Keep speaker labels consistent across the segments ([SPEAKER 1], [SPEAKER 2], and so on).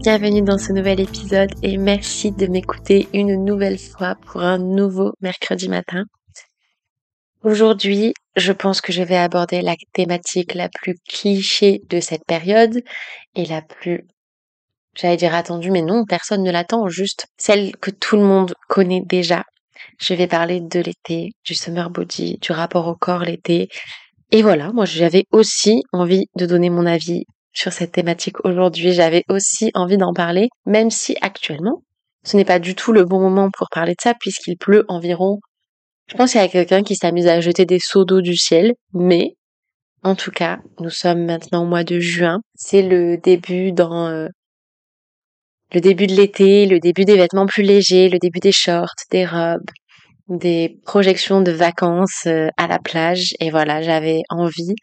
[SPEAKER 1] Bienvenue dans ce nouvel épisode et merci de m'écouter une nouvelle fois pour un nouveau mercredi matin. Aujourd'hui, je pense que je vais aborder la thématique la plus cliché de cette période et la plus, j'allais dire attendue, mais non, personne ne l'attend, juste celle que tout le monde connaît déjà. Je vais parler de l'été, du summer body, du rapport au corps l'été. Et voilà, moi j'avais aussi envie de donner mon avis sur cette thématique aujourd'hui. J'avais aussi envie d'en parler, même si actuellement, ce n'est pas du tout le bon moment pour parler de ça puisqu'il pleut environ. Je pense qu'il y a quelqu'un qui s'amuse à jeter des seaux d'eau du ciel, mais en tout cas, nous sommes maintenant au mois de juin. C'est le début le début de l'été, le début des vêtements plus légers, le début des shorts, des robes, des projections de vacances à la plage. Et voilà, j'avais envie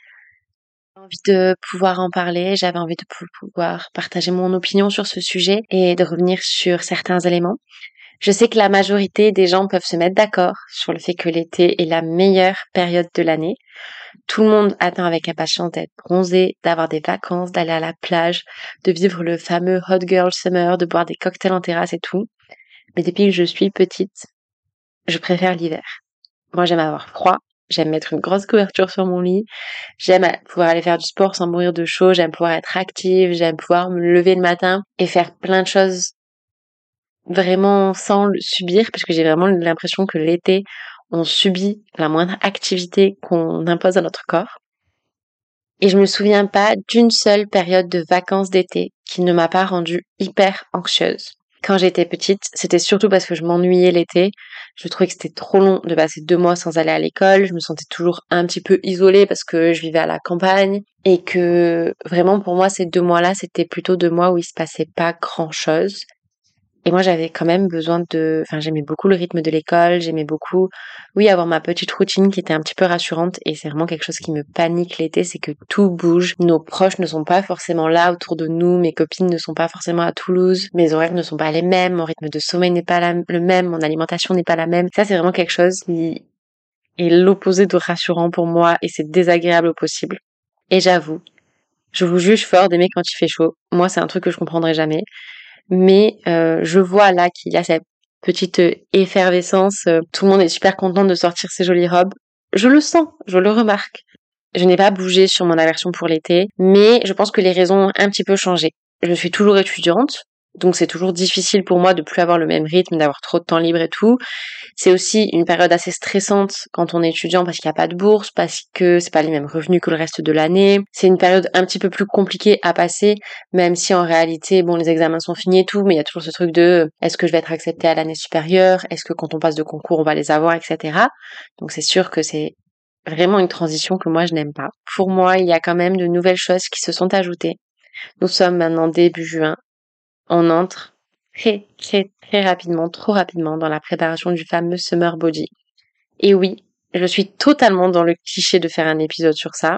[SPEAKER 1] de pouvoir en parler, j'avais envie de pouvoir partager mon opinion sur ce sujet et de revenir sur certains éléments. Je sais que la majorité des gens peuvent se mettre d'accord sur le fait que l'été est la meilleure période de l'année. Tout le monde attend avec impatience d'être bronzé, d'avoir des vacances, d'aller à la plage, de vivre le fameux hot girl summer, de boire des cocktails en terrasse et tout. Mais depuis que je suis petite, je préfère l'hiver. Moi, j'aime avoir froid, j'aime mettre une grosse couverture sur mon lit, j'aime pouvoir aller faire du sport sans mourir de chaud, j'aime pouvoir être active, j'aime pouvoir me lever le matin et faire plein de choses vraiment sans le subir, parce que j'ai vraiment l'impression que l'été, on subit la moindre activité qu'on impose à notre corps. Et je me souviens pas d'une seule période de vacances d'été qui ne m'a pas rendue hyper anxieuse. Quand j'étais petite, c'était surtout parce que je m'ennuyais l'été. Je trouvais que c'était trop long de passer 2 mois sans aller à l'école. Je me sentais toujours un petit peu isolée parce que je vivais à la campagne. Et que vraiment pour moi, ces 2 mois-là, c'était plutôt 2 mois où il se passait pas grand-chose. Et moi, j'avais quand même besoin j'aimais beaucoup le rythme de l'école, j'aimais beaucoup, oui, avoir ma petite routine qui était un petit peu rassurante. Et c'est vraiment quelque chose qui me panique l'été, c'est que tout bouge. Nos proches ne sont pas forcément là autour de nous, mes copines ne sont pas forcément à Toulouse, mes horaires ne sont pas les mêmes, mon rythme de sommeil n'est pas le même, mon alimentation n'est pas la même. Ça, c'est vraiment quelque chose qui est l'opposé de rassurant pour moi et c'est désagréable au possible. Et j'avoue, je vous juge fort d'aimer quand il fait chaud. Moi, c'est un truc que je comprendrai jamais. Mais je vois là qu'il y a cette petite effervescence. Tout le monde est super content de sortir ses jolies robes. Je le sens, je le remarque. Je n'ai pas bougé sur mon aversion pour l'été, mais je pense que les raisons ont un petit peu changé. Je suis toujours étudiante, donc c'est toujours difficile pour moi de plus avoir le même rythme, d'avoir trop de temps libre et tout. C'est aussi une période assez stressante quand on est étudiant parce qu'il n'y a pas de bourse, parce que c'est pas les mêmes revenus que le reste de l'année. C'est une période un petit peu plus compliquée à passer, même si en réalité, bon, les examens sont finis et tout, mais il y a toujours ce truc de est-ce que je vais être acceptée à l'année supérieure, est-ce que quand on passe de concours, on va les avoir, etc. Donc c'est sûr que c'est vraiment une transition que moi je n'aime pas. Pour moi, il y a quand même de nouvelles choses qui se sont ajoutées. Nous sommes maintenant début juin. On entre très, très, très rapidement, trop rapidement dans la préparation du fameux summer body. Et oui, je suis totalement dans le cliché de faire un épisode sur ça.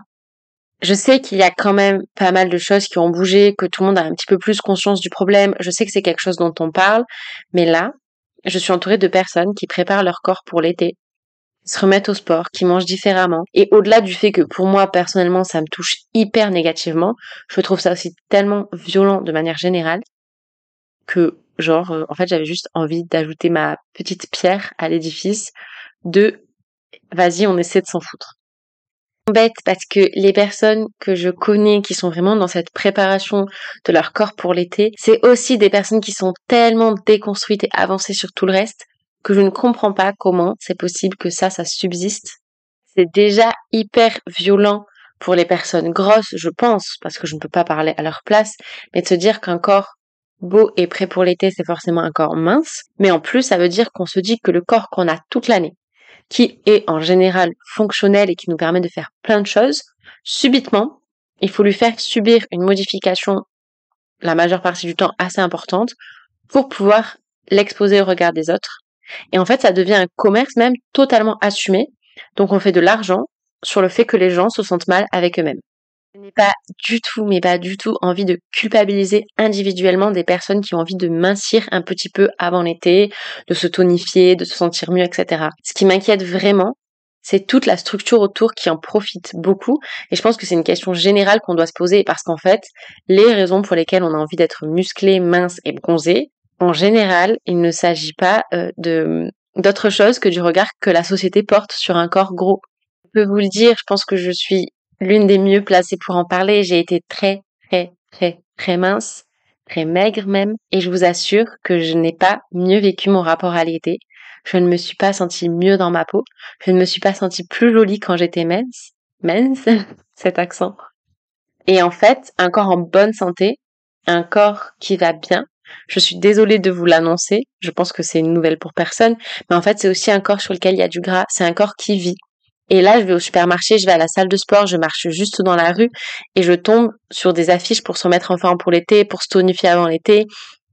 [SPEAKER 1] Je sais qu'il y a quand même pas mal de choses qui ont bougé, que tout le monde a un petit peu plus conscience du problème. Je sais que c'est quelque chose dont on parle, mais là, je suis entourée de personnes qui préparent leur corps pour l'été, qui se remettent au sport, qui mangent différemment. Et au-delà du fait que pour moi, personnellement, ça me touche hyper négativement, je trouve ça aussi tellement violent de manière générale que, en fait, j'avais juste envie d'ajouter ma petite pierre à l'édifice de vas-y, on essaie de s'en foutre. Bête parce que les personnes que je connais qui sont vraiment dans cette préparation de leur corps pour l'été, c'est aussi des personnes qui sont tellement déconstruites et avancées sur tout le reste que je ne comprends pas comment c'est possible que ça subsiste. C'est déjà hyper violent pour les personnes grosses, je pense, parce que je ne peux pas parler à leur place, mais de se dire qu'un corps beau et prêt pour l'été, c'est forcément un corps mince, mais en plus, ça veut dire qu'on se dit que le corps qu'on a toute l'année, qui est en général fonctionnel et qui nous permet de faire plein de choses, subitement, il faut lui faire subir une modification la majeure partie du temps assez importante pour pouvoir l'exposer au regard des autres. Et en fait, ça devient un commerce même totalement assumé. Donc on fait de l'argent sur le fait que les gens se sentent mal avec eux-mêmes. Je n'ai pas du tout, mais pas du tout envie de culpabiliser individuellement des personnes qui ont envie de mincir un petit peu avant l'été, de se tonifier, de se sentir mieux, etc. Ce qui m'inquiète vraiment, c'est toute la structure autour qui en profite beaucoup. Et je pense que c'est une question générale qu'on doit se poser parce qu'en fait, les raisons pour lesquelles on a envie d'être musclé, mince et bronzé, en général, il ne s'agit pas d'autre chose que du regard que la société porte sur un corps gros. Je peux vous le dire, je pense que je suis l'une des mieux placées pour en parler. J'ai été très, très, très, très mince, très maigre même, et je vous assure que je n'ai pas mieux vécu mon rapport à l'été. Je ne me suis pas sentie mieux dans ma peau. Je ne me suis pas sentie plus jolie quand j'étais mince. Mince, cet accent. Et en fait, un corps en bonne santé, un corps qui va bien. Je suis désolée de vous l'annoncer. Je pense que c'est une nouvelle pour personne. Mais en fait, c'est aussi un corps sur lequel il y a du gras. C'est un corps qui vit. Et là, je vais au supermarché, je vais à la salle de sport, je marche juste dans la rue et je tombe sur des affiches pour se remettre en forme pour l'été, pour se tonifier avant l'été,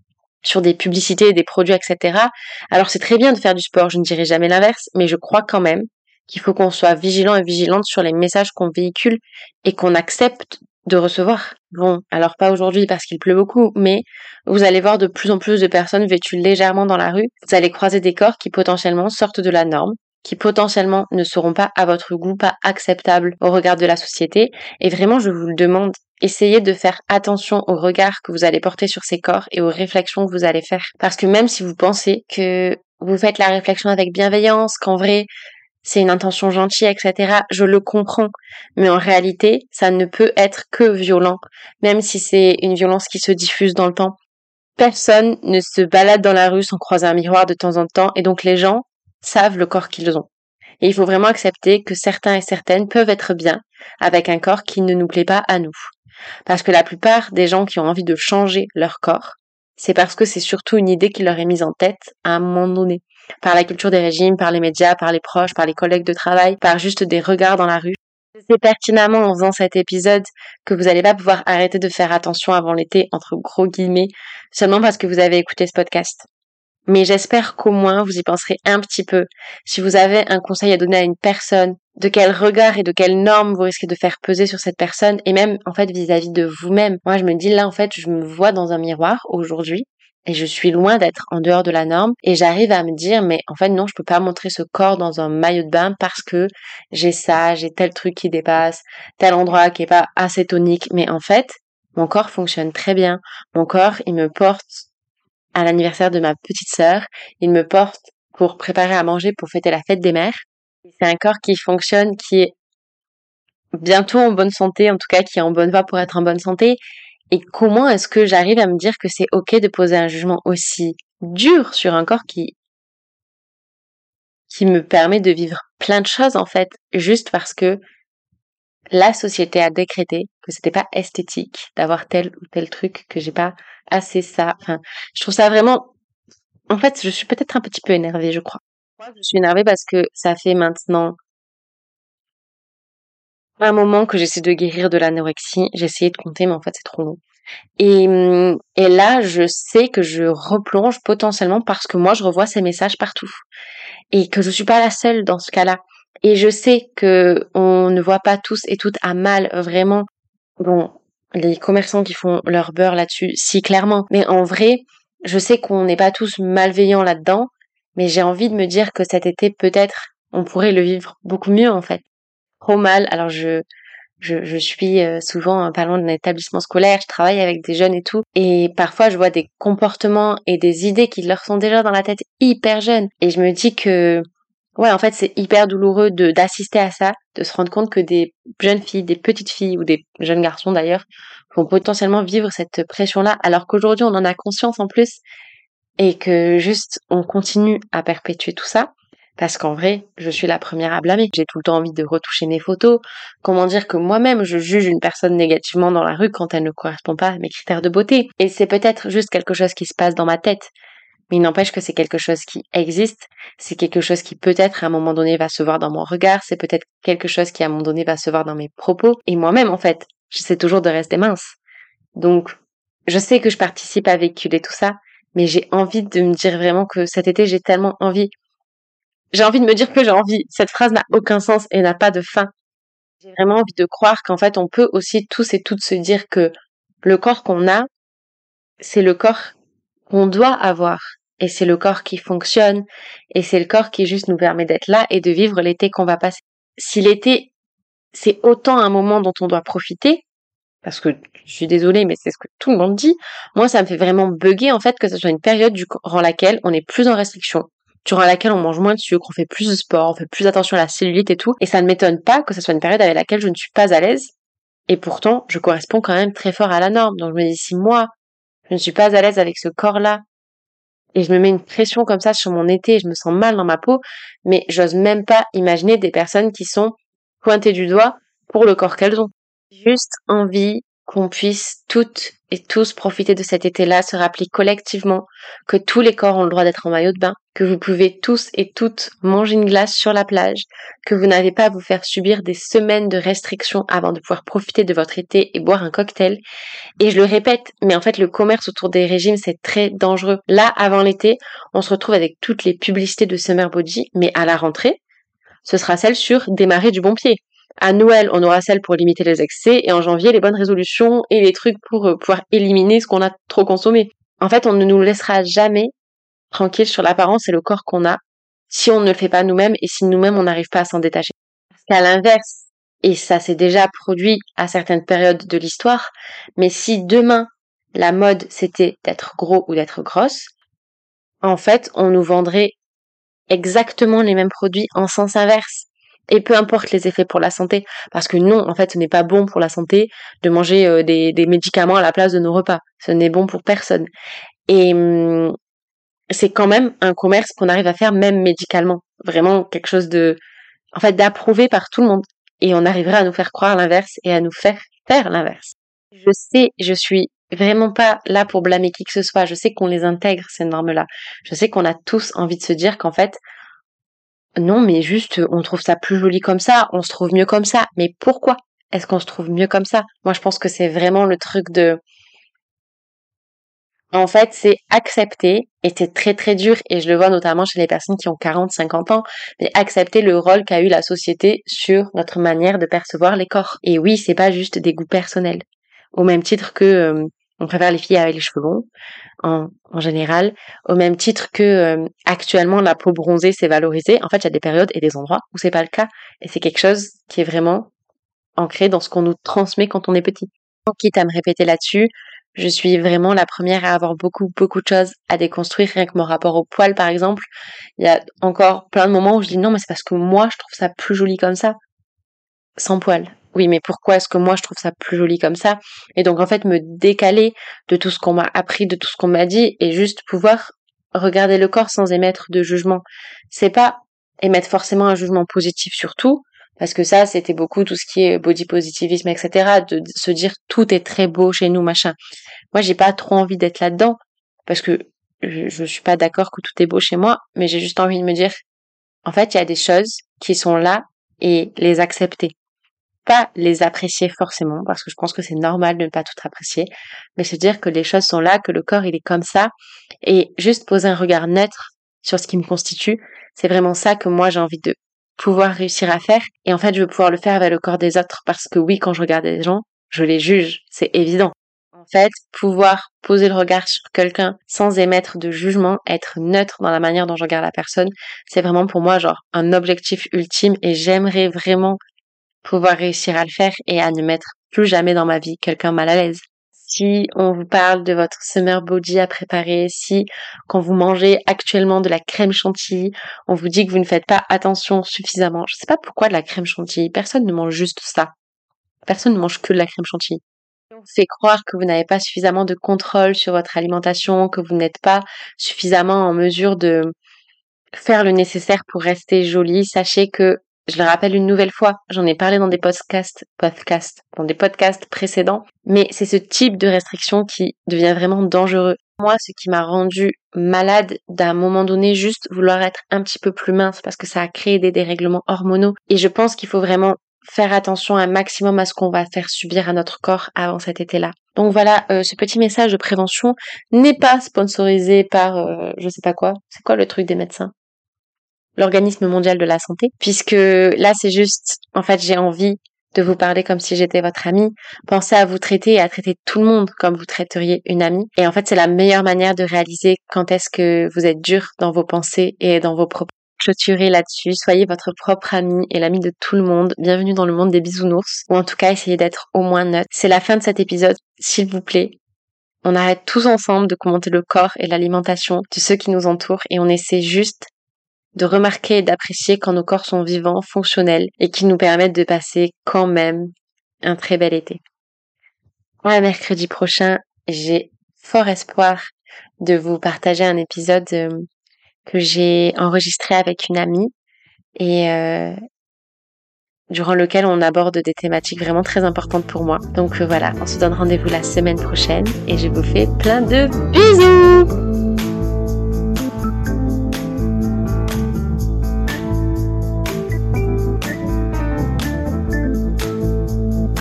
[SPEAKER 1] sur des publicités, des produits, etc. Alors c'est très bien de faire du sport, je ne dirai jamais l'inverse, mais je crois quand même qu'il faut qu'on soit vigilant et vigilante sur les messages qu'on véhicule et qu'on accepte de recevoir. Bon, alors pas aujourd'hui parce qu'il pleut beaucoup, mais vous allez voir de plus en plus de personnes vêtues légèrement dans la rue. Vous allez croiser des corps qui potentiellement sortent de la norme, qui potentiellement ne seront pas à votre goût, pas acceptables au regard de la société. Et vraiment, je vous le demande, essayez de faire attention au regard que vous allez porter sur ces corps et aux réflexions que vous allez faire. Parce que même si vous pensez que vous faites la réflexion avec bienveillance, qu'en vrai, c'est une intention gentille, etc., je le comprends. Mais en réalité, ça ne peut être que violent, même si c'est une violence qui se diffuse dans le temps. Personne ne se balade dans la rue sans croiser un miroir de temps en temps, et donc les gens savent le corps qu'ils ont. Et il faut vraiment accepter que certains et certaines peuvent être bien avec un corps qui ne nous plaît pas à nous. Parce que la plupart des gens qui ont envie de changer leur corps, c'est parce que c'est surtout une idée qui leur est mise en tête à un moment donné. Par la culture des régimes, par les médias, par les proches, par les collègues de travail, par juste des regards dans la rue. Je sais pertinemment en faisant cet épisode que vous n'allez pas pouvoir arrêter de faire attention avant l'été, entre gros guillemets, seulement parce que vous avez écouté ce podcast. Mais j'espère qu'au moins vous y penserez un petit peu. Si vous avez un conseil à donner à une personne, de quel regard et de quelles normes vous risquez de faire peser sur cette personne, et même en fait vis-à-vis de vous-même. Moi je me dis là en fait je me vois dans un miroir aujourd'hui et je suis loin d'être en dehors de la norme et j'arrive à me dire mais en fait non je peux pas montrer ce corps dans un maillot de bain parce que j'ai ça, j'ai tel truc qui dépasse, tel endroit qui est pas assez tonique, mais en fait mon corps fonctionne très bien. Mon corps il me porte à l'anniversaire de ma petite sœur. Il me porte pour préparer à manger pour fêter la fête des mères. C'est un corps qui fonctionne, qui est bientôt en bonne santé, en tout cas qui est en bonne voie pour être en bonne santé. Et comment est-ce que j'arrive à me dire que c'est ok de poser un jugement aussi dur sur un corps qui me permet de vivre plein de choses en fait, juste parce que la société a décrété que c'était pas esthétique d'avoir tel ou tel truc, que j'ai pas assez ça. Enfin, je trouve ça vraiment. En fait, je suis peut-être un petit peu énervée, je crois. Moi, je suis énervée parce que ça fait maintenant un moment que j'essaie de guérir de l'anorexie. J'ai essayé de compter, mais en fait, c'est trop long. Et là, je sais que je replonge potentiellement parce que moi, je revois ces messages partout. Et que je suis pas la seule dans ce cas-là. Et je sais que on ne voit pas tous et toutes à mal, vraiment. Bon, les commerçants qui font leur beurre là-dessus, si clairement. Mais en vrai, je sais qu'on n'est pas tous malveillants là-dedans. Mais j'ai envie de me dire que cet été, peut-être, on pourrait le vivre beaucoup mieux, en fait. Trop mal. Alors, je suis souvent pas loin d'un établissement scolaire, je travaille avec des jeunes et tout, et parfois je vois des comportements et des idées qui leur sont déjà dans la tête hyper jeunes, et je me dis que ouais en fait c'est hyper douloureux de d'assister à ça, de se rendre compte que des jeunes filles, des petites filles ou des jeunes garçons d'ailleurs vont potentiellement vivre cette pression-là, alors qu'aujourd'hui on en a conscience en plus, et que juste on continue à perpétuer tout ça. Parce qu'en vrai, je suis la première à blâmer. J'ai tout le temps envie de retoucher mes photos. Comment dire que moi-même, je juge une personne négativement dans la rue quand elle ne correspond pas à mes critères de beauté. Et c'est peut-être juste quelque chose qui se passe dans ma tête. Mais il n'empêche que c'est quelque chose qui existe. C'est quelque chose qui peut-être à un moment donné va se voir dans mon regard. C'est peut-être quelque chose qui à un moment donné va se voir dans mes propos. Et moi-même, en fait, j'essaie toujours de rester mince. Donc, je sais que je participe à véhiculer tout ça. Mais j'ai envie de me dire vraiment que cet été, j'ai envie de me dire que j'ai envie. Cette phrase n'a aucun sens et n'a pas de fin. J'ai vraiment envie de croire qu'en fait, on peut aussi tous et toutes se dire que le corps qu'on a, c'est le corps qu'on doit avoir. et c'est le corps qui fonctionne et c'est le corps qui juste nous permet d'être là et de vivre l'été qu'on va passer. Si l'été, c'est autant un moment dont on doit profiter, parce que je suis désolée, mais c'est ce que tout le monde dit, moi ça me fait vraiment bugger en fait que ce soit une période durant laquelle on est plus en restriction, durant laquelle on mange moins de sucre, on fait plus de sport, on fait plus attention à la cellulite et tout, et ça ne m'étonne pas que ce soit une période avec laquelle je ne suis pas à l'aise, et pourtant je corresponds quand même très fort à la norme, donc je me dis si moi je ne suis pas à l'aise avec ce corps-là, et je me mets une pression comme ça sur mon été, je me sens mal dans ma peau, mais j'ose même pas imaginer des personnes qui sont pointées du doigt pour le corps qu'elles ont. Juste envie qu'on puisse toutes et tous profiter de cet été-là, se rappeler collectivement que tous les corps ont le droit d'être en maillot de bain, que vous pouvez tous et toutes manger une glace sur la plage, que vous n'avez pas à vous faire subir des semaines de restrictions avant de pouvoir profiter de votre été et boire un cocktail. Et je le répète, mais en fait, le commerce autour des régimes, c'est très dangereux. Là, avant l'été, on se retrouve avec toutes les publicités de Summer Body, mais à la rentrée, ce sera celle sur démarrer du bon pied. À Noël, on aura celle pour limiter les excès, et en janvier, les bonnes résolutions et les trucs pour pouvoir éliminer ce qu'on a trop consommé. En fait, on ne nous laissera jamais tranquille sur l'apparence et le corps qu'on a si on ne le fait pas nous-mêmes et si nous-mêmes on n'arrive pas à s'en détacher. Parce qu'à l'inverse, et ça s'est déjà produit à certaines périodes de l'histoire, mais si demain la mode c'était d'être gros ou d'être grosse, en fait, on nous vendrait exactement les mêmes produits en sens inverse. Et peu importe les effets pour la santé, parce que non, en fait, ce n'est pas bon pour la santé de manger des médicaments à la place de nos repas. Ce n'est bon pour personne. Et c'est quand même un commerce qu'on arrive à faire même médicalement. Vraiment quelque chose de, en fait, d'approuvé par tout le monde. Et on arriverait à nous faire croire l'inverse et à nous faire faire l'inverse. Je sais, je suis vraiment pas là pour blâmer qui que ce soit. Je sais qu'on les intègre, ces normes-là. Je sais qu'on a tous envie de se dire qu'en fait, non, mais juste, on trouve ça plus joli comme ça, on se trouve mieux comme ça. Mais pourquoi est-ce qu'on se trouve mieux comme ça? Moi, je pense que c'est vraiment le truc de, en fait, c'est accepter, et c'est très très dur, et je le vois notamment chez les personnes qui ont 40, 50 ans, mais accepter le rôle qu'a eu la société sur notre manière de percevoir les corps. Et oui, c'est pas juste des goûts personnels. Au même titre que on préfère les filles avec les cheveux longs, en général, au même titre que actuellement la peau bronzée c'est valorisé. En fait, il y a des périodes et des endroits où c'est pas le cas, et c'est quelque chose qui est vraiment ancré dans ce qu'on nous transmet quand on est petit. Quitte à me répéter là-dessus, je suis vraiment la première à avoir beaucoup, beaucoup de choses à déconstruire, rien que mon rapport au poil, par exemple. Il y a encore plein de moments où je dis non, mais c'est parce que moi, je trouve ça plus joli comme ça, sans poil. Oui, mais pourquoi est-ce que moi, je trouve ça plus joli comme ça? Et donc, en fait, me décaler de tout ce qu'on m'a appris, de tout ce qu'on m'a dit, et juste pouvoir regarder le corps sans émettre de jugement. C'est pas émettre forcément un jugement positif sur tout, parce que ça, c'était beaucoup tout ce qui est body positivisme, etc., de se dire tout est très beau chez nous, machin. Moi, j'ai pas trop envie d'être là-dedans, parce que je suis pas d'accord que tout est beau chez moi, mais j'ai juste envie de me dire, en fait, il y a des choses qui sont là et les accepter. Pas les apprécier forcément, parce que je pense que c'est normal de ne pas tout apprécier, mais se dire que les choses sont là, que le corps il est comme ça, et juste poser un regard neutre sur ce qui me constitue, c'est vraiment ça que moi j'ai envie de pouvoir réussir à faire, et en fait je veux pouvoir le faire avec le corps des autres, parce que oui, quand je regarde des gens, je les juge, c'est évident. En fait, pouvoir poser le regard sur quelqu'un sans émettre de jugement, être neutre dans la manière dont je regarde la personne, c'est vraiment pour moi genre un objectif ultime, et j'aimerais vraiment pouvoir réussir à le faire et à ne mettre plus jamais dans ma vie quelqu'un mal à l'aise. Si on vous parle de votre summer body à préparer, si quand vous mangez actuellement de la crème chantilly, on vous dit que vous ne faites pas attention suffisamment. Je sais pas pourquoi de la crème chantilly. Personne ne mange juste ça. Personne ne mange que de la crème chantilly. On vous fait croire que vous n'avez pas suffisamment de contrôle sur votre alimentation, que vous n'êtes pas suffisamment en mesure de faire le nécessaire pour rester jolie. Sachez que, je le rappelle une nouvelle fois, j'en ai parlé dans des dans des podcasts précédents, mais c'est ce type de restriction qui devient vraiment dangereux. Moi, ce qui m'a rendu malade d'un moment donné, juste vouloir être un petit peu plus mince parce que ça a créé des dérèglements hormonaux. Et je pense qu'il faut vraiment faire attention un maximum à ce qu'on va faire subir à notre corps avant cet été-là. Donc voilà, ce petit message de prévention n'est pas sponsorisé par je sais pas quoi. C'est quoi le truc des médecins? L'Organisme mondial de la santé, puisque là c'est juste, en fait j'ai envie de vous parler comme si j'étais votre amie. Pensez à vous traiter et à traiter tout le monde comme vous traiteriez une amie. Et en fait, c'est la meilleure manière de réaliser quand est-ce que vous êtes dur dans vos pensées et dans vos propos. Clôturez là-dessus, soyez votre propre ami et l'ami de tout le monde. Bienvenue dans le monde des bisounours. Ou en tout cas, essayez d'être au moins neutre. C'est la fin de cet épisode, s'il vous plaît. On arrête tous ensemble de commenter le corps et l'alimentation de ceux qui nous entourent et on essaie juste de remarquer et d'apprécier quand nos corps sont vivants, fonctionnels et qui nous permettent de passer quand même un très bel été. À mercredi prochain, j'ai fort espoir de vous partager un épisode que j'ai enregistré avec une amie et durant lequel on aborde des thématiques vraiment très importantes pour moi. Donc voilà, on se donne rendez-vous la semaine prochaine et je vous fais plein de bisous!